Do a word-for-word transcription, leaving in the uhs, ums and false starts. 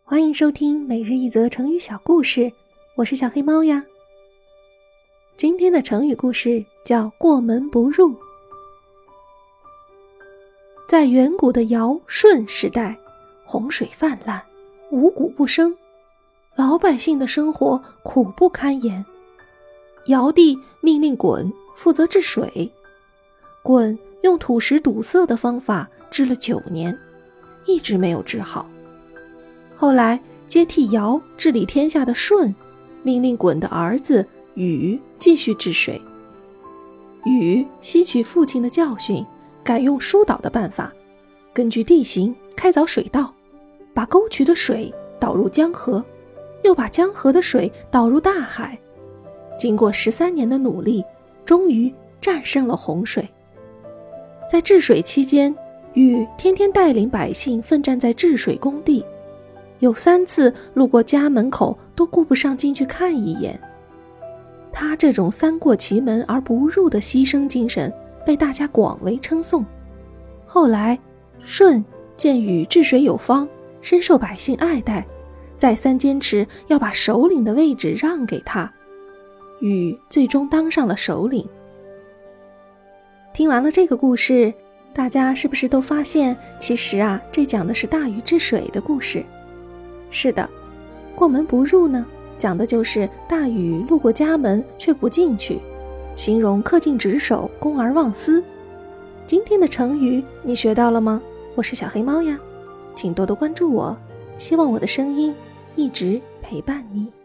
欢迎收听每日一则成语小故事，我是小黑猫呀。今天的成语故事叫过门不入。在远古的尧舜时代，洪水泛滥，五谷不生，老百姓的生活苦不堪言。尧帝命令鲧负责治水，鲧用土石堵塞的方法治了九年，一直没有治好。后来接替尧治理天下的舜命令鲧的儿子禹继续治水。禹吸取父亲的教训，改用疏导的办法，根据地形开凿水道，把沟渠的水导入江河，又把江河的水导入大海。经过十三年的努力，终于战胜了洪水。在治水期间，禹天天带领百姓奋战在治水工地，有三次路过家门口都顾不上进去看一眼。他这种三过其门而不入的牺牲精神被大家广为称颂。后来舜见禹治水有方，深受百姓爱戴，再三坚持要把首领的位置让给他，禹最终当上了首领。听完了这个故事，大家是不是都发现其实啊，这讲的是大禹治水的故事？是的，过门不入呢，讲的就是大禹路过家门却不进去，形容恪尽职守，公而忘私。今天的成语你学到了吗？我是小黑猫呀，请多多关注我，希望我的声音一直陪伴你。